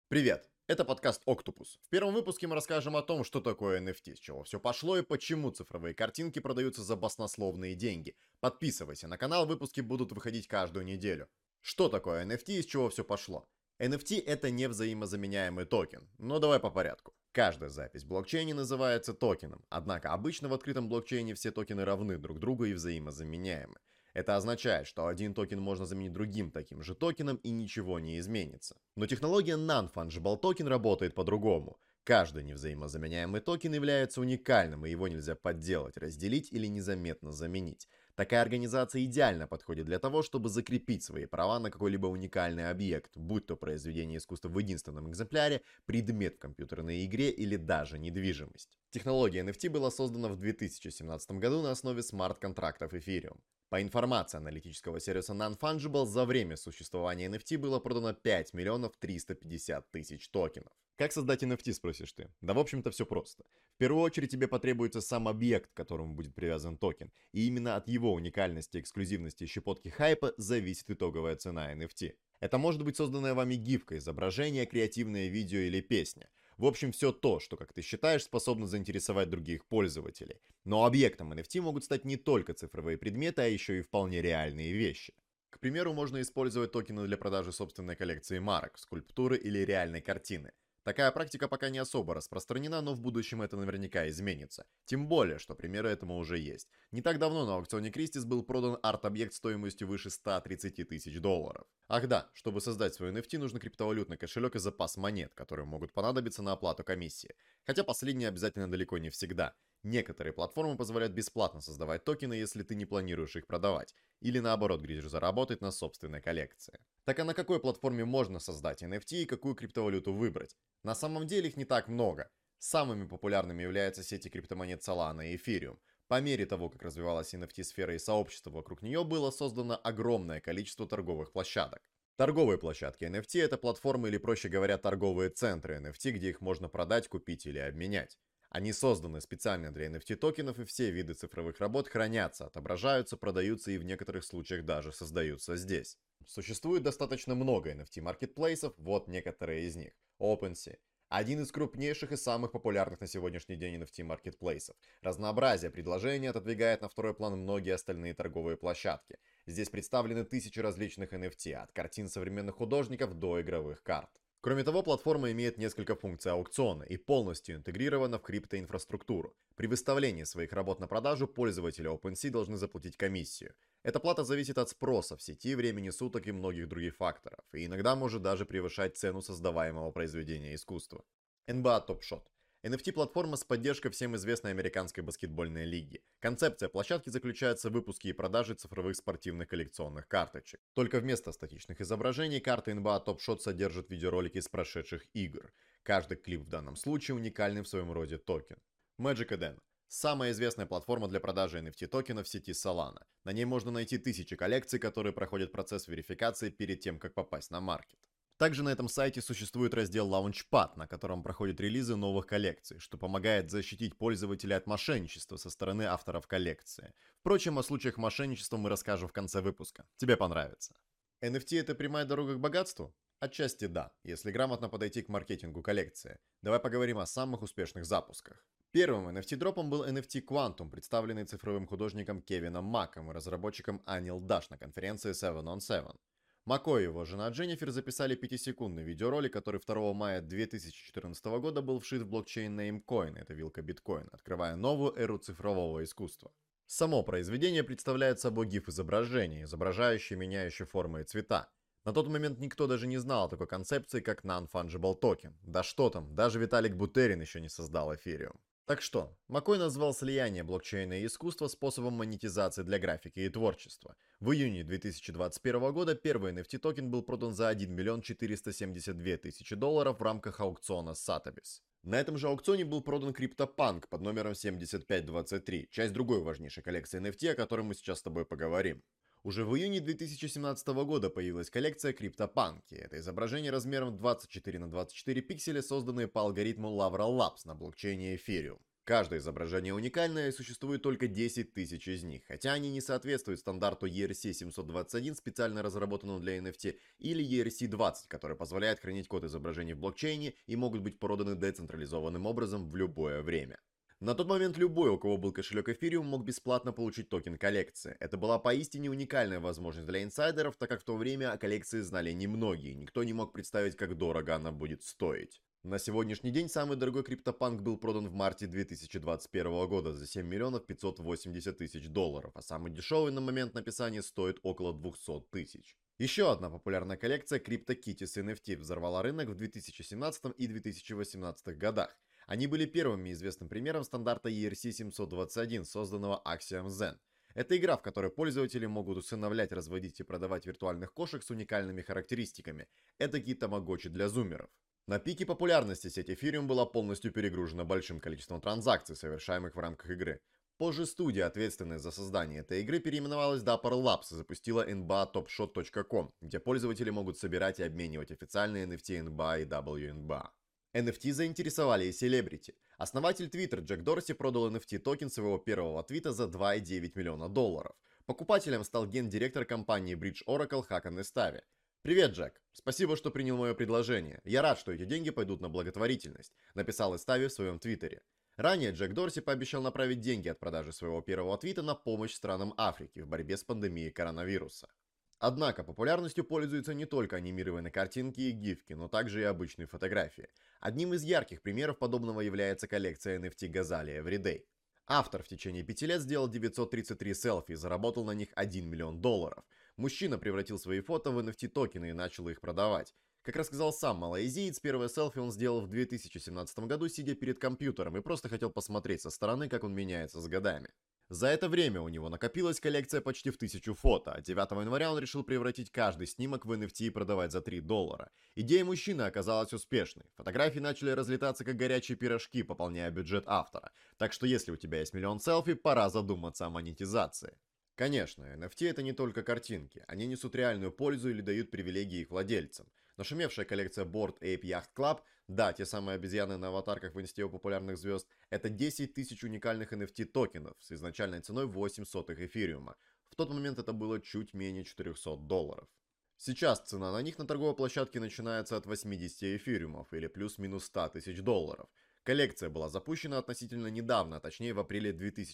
Привет! Это подкаст Octopus. В первом выпуске мы расскажем о том, что такое NFT, с чего все пошло и почему цифровые картинки продаются за баснословные деньги. Подписывайся на канал, выпуски будут выходить каждую неделю. Что такое NFT и с чего все пошло? NFT это не взаимозаменяемый токен, но давай по порядку. Каждая запись в блокчейне называется токеном, однако обычно в открытом блокчейне все токены равны друг другу и взаимозаменяемы. Это означает, что один токен можно заменить другим таким же токеном и ничего не изменится. Но технология Non-Fungible Token работает по-другому. Каждый невзаимозаменяемый токен является уникальным, и его нельзя подделать, разделить или незаметно заменить. Такая организация идеально подходит для того, чтобы закрепить свои права на какой-либо уникальный объект, будь то произведение искусства в единственном экземпляре, предмет в компьютерной игре или даже недвижимость. Технология NFT была создана в 2017 году на основе смарт-контрактов Ethereum. По информации аналитического сервиса Non-Fungible, за время существования NFT было продано 5 миллионов 350 тысяч токенов. Как создать NFT, спросишь ты? Да, в общем-то, все просто. В первую очередь тебе потребуется сам объект, к которому будет привязан токен, и именно от его уникальности, эксклюзивности и щепотки хайпа зависит итоговая цена NFT. Это может быть созданное вами гифка, изображение, креативное видео или песня. В общем, все то, что, как ты считаешь, способно заинтересовать других пользователей. Но объектом NFT могут стать не только цифровые предметы, а еще и вполне реальные вещи. К примеру, можно использовать токены для продажи собственной коллекции марок, скульптуры или реальной картины. Такая практика пока не особо распространена, но в будущем это наверняка изменится. Тем более, что примеры этому уже есть. Не так давно на аукционе Кристис был продан арт-объект стоимостью выше 130 тысяч долларов. Ах да, чтобы создать свой NFT, нужно криптовалютный кошелек и запас монет, которые могут понадобиться на оплату комиссии. Хотя последнее обязательно далеко не всегда. Некоторые платформы позволяют бесплатно создавать токены, если ты не планируешь их продавать, или наоборот грезишь заработать на собственной коллекции. Так а на какой платформе можно создать NFT и какую криптовалюту выбрать? На самом деле их не так много. Самыми популярными являются сети криптомонет Solana и Ethereum. По мере того, как развивалась NFT-сфера и сообщество вокруг нее, было создано огромное количество торговых площадок. Торговые площадки NFT это платформы или, проще говоря, торговые центры NFT, где их можно продать, купить или обменять. Они созданы специально для NFT токенов, и все виды цифровых работ хранятся, отображаются, продаются и в некоторых случаях даже создаются здесь. Существует достаточно много NFT-маркетплейсов, вот некоторые из них. OpenSea. Один из крупнейших и самых популярных на сегодняшний день NFT-маркетплейсов. Разнообразие предложений отодвигает на второй план многие остальные торговые площадки. Здесь представлены тысячи различных NFT, от картин современных художников до игровых карт. Кроме того, платформа имеет несколько функций аукциона и полностью интегрирована в криптоинфраструктуру. При выставлении своих работ на продажу пользователи OpenSea должны заплатить комиссию. Эта плата зависит от спроса в сети, времени суток и многих других факторов, и иногда может даже превышать цену создаваемого произведения искусства. NBA Top Shot. NFT-платформа с поддержкой всем известной американской баскетбольной лиги. Концепция площадки заключается в выпуске и продаже цифровых спортивных коллекционных карточек. Только вместо статичных изображений карта NBA Top Shot содержит видеоролики из прошедших игр. Каждый клип в данном случае уникальный в своем роде токен. Magic Eden. Самая известная платформа для продажи NFT токенов в сети Solana. На ней можно найти тысячи коллекций, которые проходят процесс верификации перед тем, как попасть на маркет. Также на этом сайте существует раздел Launchpad, на котором проходят релизы новых коллекций, что помогает защитить пользователя от мошенничества со стороны авторов коллекции. Впрочем, о случаях мошенничества мы расскажем в конце выпуска. Тебе понравится. NFT это прямая дорога к богатству? Отчасти да, если грамотно подойти к маркетингу коллекции. Давай поговорим о самых успешных запусках. Первым NFT-дропом был NFT Quantum, представленный цифровым художником Кевином Маком и разработчиком Anil Dash на конференции 7on7. Мако и его жена Дженнифер записали 5-секундный видеоролик, который 2 мая 2014 года был вшит в блокчейн Namecoin, это вилка биткоин, открывая новую эру цифрового искусства. Само произведение представляет собой гиф-изображение, изображающее меняющие формы и цвета. На тот момент никто даже не знал о такой концепции, как Non-Fungible Token. Да что там, даже Виталик Бутерин еще не создал эфириум. Так что, Маккой назвал слияние блокчейна и искусства способом монетизации для графики и творчества. В июне 2021 года первый NFT-токен был продан за 1 миллион 472 тысячи долларов в рамках аукциона Sotheby's. На этом же аукционе был продан CryptoPunk под номером 7523, часть другой важнейшей коллекции NFT, о которой мы сейчас с тобой поговорим. Уже в июне 2017 года появилась коллекция CryptoPunk. Это изображение размером 24 на 24 пикселя, созданные по алгоритму Lavrel Labs на блокчейне Ethereum. Каждое изображение уникальное и существует только 10 тысяч из них, хотя они не соответствуют стандарту ERC-721, специально разработанному для NFT, или ERC-20, который позволяет хранить код изображений в блокчейне и могут быть проданы децентрализованным образом в любое время. На тот момент любой, у кого был кошелек Ethereum, мог бесплатно получить токен коллекции. Это была поистине уникальная возможность для инсайдеров, так как в то время о коллекции знали немногие, никто не мог представить, как дорого она будет стоить. На сегодняшний день самый дорогой криптопанк был продан в марте 2021 года за 7 миллионов 580 тысяч долларов, а самый дешевый на момент написания стоит около 200 тысяч. Еще одна популярная коллекция CryptoKitties NFT взорвала рынок в 2017 и 2018 годах. Они были первыми известным примером стандарта ERC-721, созданного Axiom Zen. Это игра, в которой пользователи могут усыновлять, разводить и продавать виртуальных кошек с уникальными характеристиками. Эдакий тамагочи для зумеров. На пике популярности сеть Ethereum была полностью перегружена большим количеством транзакций, совершаемых в рамках игры. Позже студия, ответственная за создание этой игры, переименовалась Dapper Labs и запустила nba.topshot.com, где пользователи могут собирать и обменивать официальные NFT NBA и WNBA. NFT заинтересовали и селебрити. Основатель Twitter Джек Дорси продал NFT токен своего первого твита за 2,9 миллиона долларов. Покупателем стал гендиректор компании Bridge Oracle Хакан Эстави. «Привет, Джек. Спасибо, что принял мое предложение. Я рад, что эти деньги пойдут на благотворительность», написал Эстави в своем твиттере. Ранее Джек Дорси пообещал направить деньги от продажи своего первого твита на помощь странам Африки в борьбе с пандемией коронавируса. Однако популярностью пользуются не только анимированные картинки и гифки, но также и обычные фотографии. Одним из ярких примеров подобного является коллекция NFT Газали Everyday. Автор в течение 5 лет сделал 933 селфи и заработал на них 1 миллион долларов. Мужчина превратил свои фото в NFT токены и начал их продавать. Как рассказал сам малайзиец, первое селфи он сделал в 2017 году, сидя перед компьютером, и просто хотел посмотреть со стороны, как он меняется с годами. За это время у него накопилась коллекция почти в 1000 фото, а 9 января он решил превратить каждый снимок в NFT и продавать за $3. Идея мужчины оказалась успешной. Фотографии начали разлетаться как горячие пирожки, пополняя бюджет автора. Так что если у тебя есть миллион селфи, пора задуматься о монетизации. Конечно, NFT это не только картинки, они несут реальную пользу или дают привилегии их владельцам. Нашумевшая коллекция Bored Ape Yacht Club, да, те самые обезьяны на аватарках в инсте у популярных звезд, это 10 тысяч уникальных NFT токенов с изначальной ценой 8 сотых эфириума. В тот момент это было чуть менее $400. Сейчас цена на них на торговой площадке начинается от 80 эфириумов или плюс-минус 100 тысяч долларов. Коллекция была запущена относительно недавно, а точнее в апреле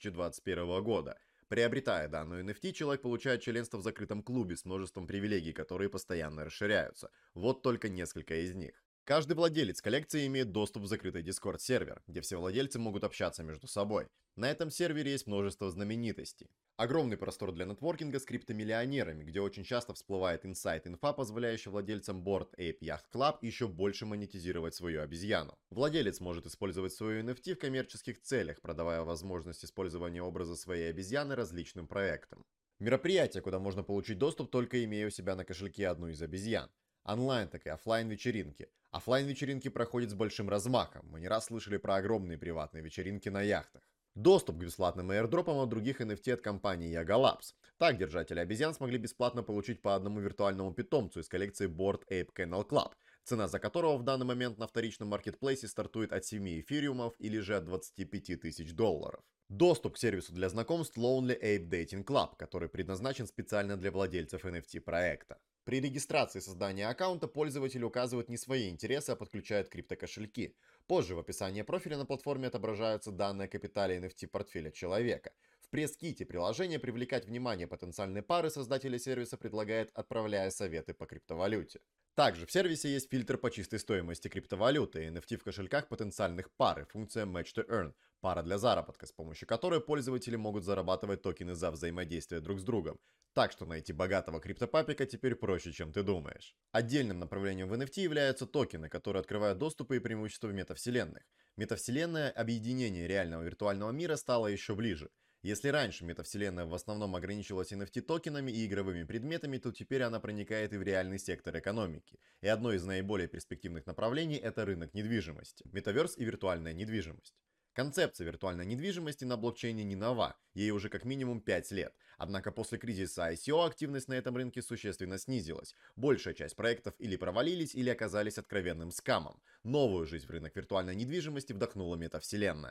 2021 года. Приобретая данную NFT, человек получает членство в закрытом клубе с множеством привилегий, которые постоянно расширяются. Вот только несколько из них. Каждый владелец коллекции имеет доступ в закрытый Discord-сервер, где все владельцы могут общаться между собой. На этом сервере есть множество знаменитостей. Огромный простор для нетворкинга с криптомиллионерами, где очень часто всплывает инсайт-инфа, позволяющая владельцам Bored Ape Yacht Club еще больше монетизировать свою обезьяну. Владелец может использовать свою NFT в коммерческих целях, продавая возможность использования образа своей обезьяны различным проектам. Мероприятие, куда можно получить доступ, только имея у себя на кошельке одну из обезьян. Онлайн, так и офлайн вечеринки. Офлайн вечеринки проходят с большим размахом. Мы не раз слышали про огромные приватные вечеринки на яхтах. Доступ к бесплатным airdropам от других NFT от компании Yaga Labs. Так держатели обезьян смогли бесплатно получить по одному виртуальному питомцу из коллекции Bored Ape Kennel Club, цена за которого в данный момент на вторичном маркетплейсе стартует от 7 эфириумов или же от 25 тысяч долларов. Доступ к сервису для знакомств Lonely Ape Dating Club, который предназначен специально для владельцев NFT проекта. При регистрации создания аккаунта пользователь указывает не свои интересы, а подключает криптокошельки. Позже в описании профиля на платформе отображаются данные о капитале NFT портфеля человека. В пресс-ките приложения привлекать внимание потенциальной пары создатели сервиса предлагает, отправляя советы по криптовалюте. Также в сервисе есть фильтр по чистой стоимости криптовалюты и NFT в кошельках потенциальных пар и функция Match to Earn, пара для заработка, с помощью которой пользователи могут зарабатывать токены за взаимодействие друг с другом. Так что найти богатого криптопапика теперь проще, чем ты думаешь. Отдельным направлением в NFT являются токены, которые открывают доступы и преимущества в метавселенных. Метавселенная, объединение реального виртуального мира, стало еще ближе. Если раньше метавселенная в основном ограничивалась NFT-токенами и игровыми предметами, то теперь она проникает и в реальный сектор экономики. И одно из наиболее перспективных направлений – это рынок недвижимости. Метаверс и виртуальная недвижимость. Концепция виртуальной недвижимости на блокчейне не нова, ей уже как минимум 5 лет. Однако после кризиса ICO активность на этом рынке существенно снизилась. Большая часть проектов или провалились, или оказались откровенным скамом. Новую жизнь в рынок виртуальной недвижимости вдохнула метавселенная.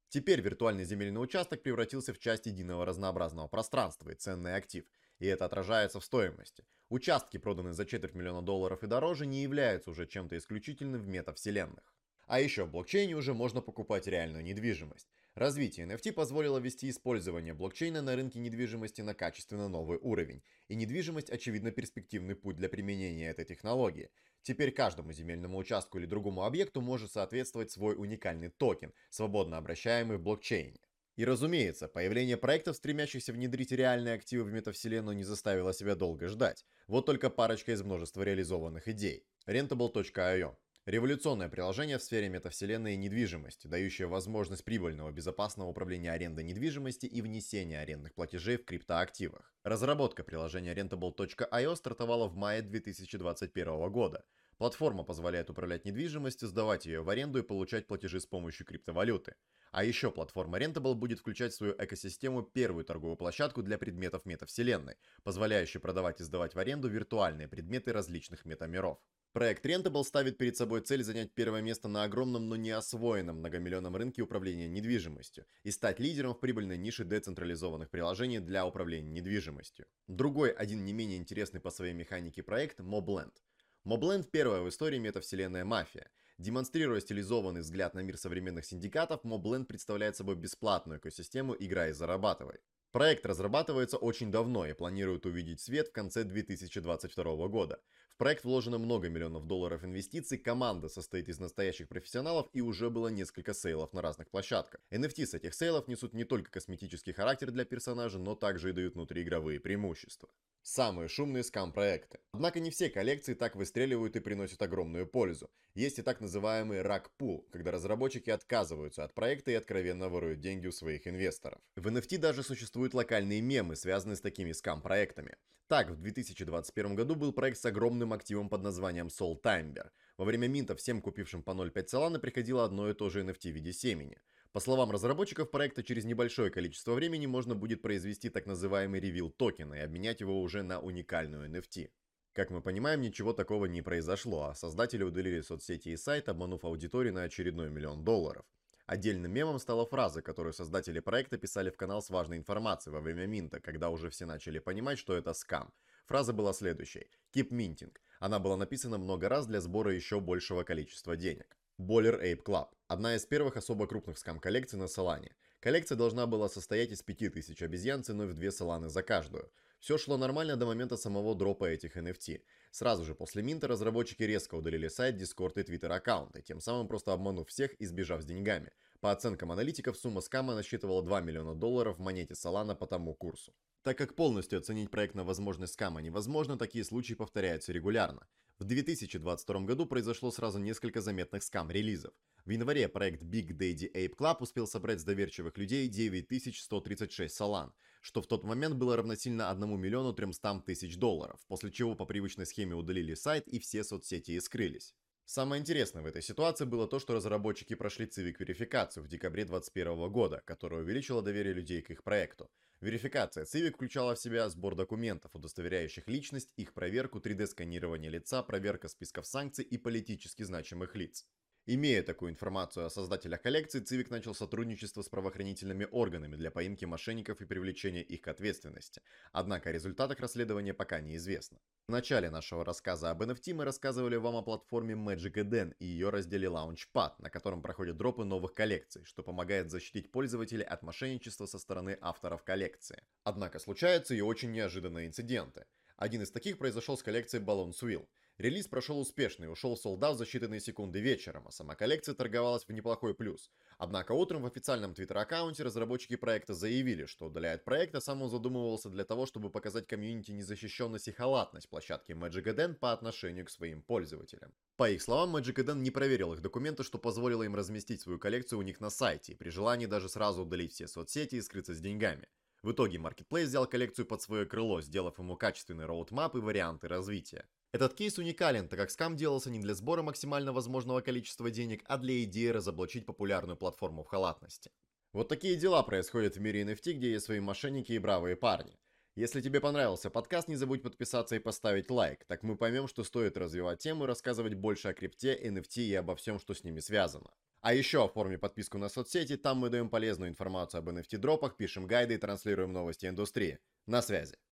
Теперь виртуальный земельный участок превратился в часть единого разнообразного пространства и ценный актив, и это отражается в стоимости. Участки, проданные за $250 000 и дороже, не являются уже чем-то исключительным в метавселенных. А еще в блокчейне уже можно покупать реальную недвижимость. Развитие NFT позволило ввести использование блокчейна на рынке недвижимости на качественно новый уровень, и недвижимость очевидно перспективный путь для применения этой технологии. Теперь каждому земельному участку или другому объекту может соответствовать свой уникальный токен, свободно обращаемый в блокчейне. И разумеется, появление проектов, стремящихся внедрить реальные активы в метавселенную, не заставило себя долго ждать. Вот только парочка из множества реализованных идей. Rentable.io. Революционное приложение в сфере метавселенной и недвижимости, дающее возможность прибыльного безопасного управления арендой недвижимости и внесения арендных платежей в криптоактивах. Разработка приложения Rentable.io стартовала в мае 2021 года. Платформа позволяет управлять недвижимостью, сдавать ее в аренду и получать платежи с помощью криптовалюты. А еще платформа Rentable будет включать в свою экосистему первую торговую площадку для предметов метавселенной, позволяющую продавать и сдавать в аренду виртуальные предметы различных метамиров. Проект Rentable ставит перед собой цель занять первое место на огромном, но не освоенном многомиллионном рынке управления недвижимостью и стать лидером в прибыльной нише децентрализованных приложений для управления недвижимостью. Другой, один не менее интересный по своей механике проект – Mobland. Mobland – первая в истории метавселенная мафия. Демонстрируя стилизованный взгляд на мир современных синдикатов, Mobland представляет собой бесплатную экосистему «Играй и зарабатывай». Проект разрабатывается очень давно и планирует увидеть свет в конце 2022 года. В проект вложено много миллионов долларов инвестиций, команда состоит из настоящих профессионалов и уже было несколько сейлов на разных площадках. NFT с этих сейлов несут не только косметический характер для персонажа, но также и дают внутриигровые преимущества. Самые шумные скам-проекты. Однако не все коллекции так выстреливают и приносят огромную пользу. Есть и так называемый раг-пул, когда разработчики отказываются от проекта и откровенно воруют деньги у своих инвесторов. В NFT даже существуют локальные мемы, связанные с такими скам-проектами. Так, в 2021 году был проект с огромным активом под названием Soul Timber. Во время минта всем купившим по 0,5 Solana приходило одно и то же NFT в виде семени. По словам разработчиков проекта, через небольшое количество времени можно будет произвести так называемый ревил токена и обменять его уже на уникальную NFT. Как мы понимаем, ничего такого не произошло, а создатели удалили соцсети и сайт, обманув аудиторию на очередной $1 миллион. Отдельным мемом стала фраза, которую создатели проекта писали в канал с важной информацией во время минта, когда уже все начали понимать, что это скам. Фраза была следующей: «Keep minting». Она была написана много раз для сбора еще большего количества денег. Bored Ape Club – одна из первых особо крупных скам-коллекций на Solana. Коллекция должна была состоять из 5000 обезьян ценой в 2 Solana за каждую. Все шло нормально до момента самого дропа этих NFT. Сразу же после минта разработчики резко удалили сайт, Discord и Twitter аккаунты, тем самым просто обманув всех и сбежав с деньгами. По оценкам аналитиков, сумма скама насчитывала $2 миллиона в монете Solana по тому курсу. Так как полностью оценить проект на возможность скама невозможно, такие случаи повторяются регулярно. В 2022 году произошло сразу несколько заметных скам-релизов. В январе проект Big Daddy Ape Club успел собрать с доверчивых людей 9136 Solana, что в тот момент было равносильно $1 300 000, после чего по привычной схеме удалили сайт и все соцсети и скрылись. Самое интересное в этой ситуации было то, что разработчики прошли Civic-верификацию в декабре 2021 года, которая увеличила доверие людей к их проекту. Верификация Civic включала в себя сбор документов, удостоверяющих личность, их проверку, 3D-сканирование лица, проверка списков санкций и политически значимых лиц. Имея такую информацию о создателях коллекции, Civic начал сотрудничество с правоохранительными органами для поимки мошенников и привлечения их к ответственности. Однако о результатах расследования пока неизвестно. В начале нашего рассказа об NFT мы рассказывали вам о платформе Magic Eden и ее разделе Launchpad, на котором проходят дропы новых коллекций, что помогает защитить пользователей от мошенничества со стороны авторов коллекции. Однако случаются и очень неожиданные инциденты. Один из таких произошел с коллекцией Balloons Wheel. Релиз прошел успешно и ушел в солдат за считанные секунды вечером, а сама коллекция торговалась в неплохой плюс. Однако утром в официальном твиттер-аккаунте разработчики проекта заявили, что удаляют проект, а сам он задумывался для того, чтобы показать комьюнити незащищенность и халатность площадки Magic Eden по отношению к своим пользователям. По их словам, Magic Eden не проверил их документы, что позволило им разместить свою коллекцию у них на сайте, и при желании даже сразу удалить все соцсети и скрыться с деньгами. В итоге Marketplace взял коллекцию под свое крыло, сделав ему качественный роудмап и варианты развития. Этот кейс уникален, так как скам делался не для сбора максимально возможного количества денег, а для идеи разоблачить популярную платформу в халатности. Вот такие дела происходят в мире NFT, где есть свои мошенники и бравые парни. Если тебе понравился подкаст, не забудь подписаться и поставить лайк, так мы поймем, что стоит развивать тему и рассказывать больше о крипте, NFT и обо всем, что с ними связано. А еще оформи подписку на соцсети, там мы даем полезную информацию об NFT-дропах, пишем гайды и транслируем новости индустрии. На связи.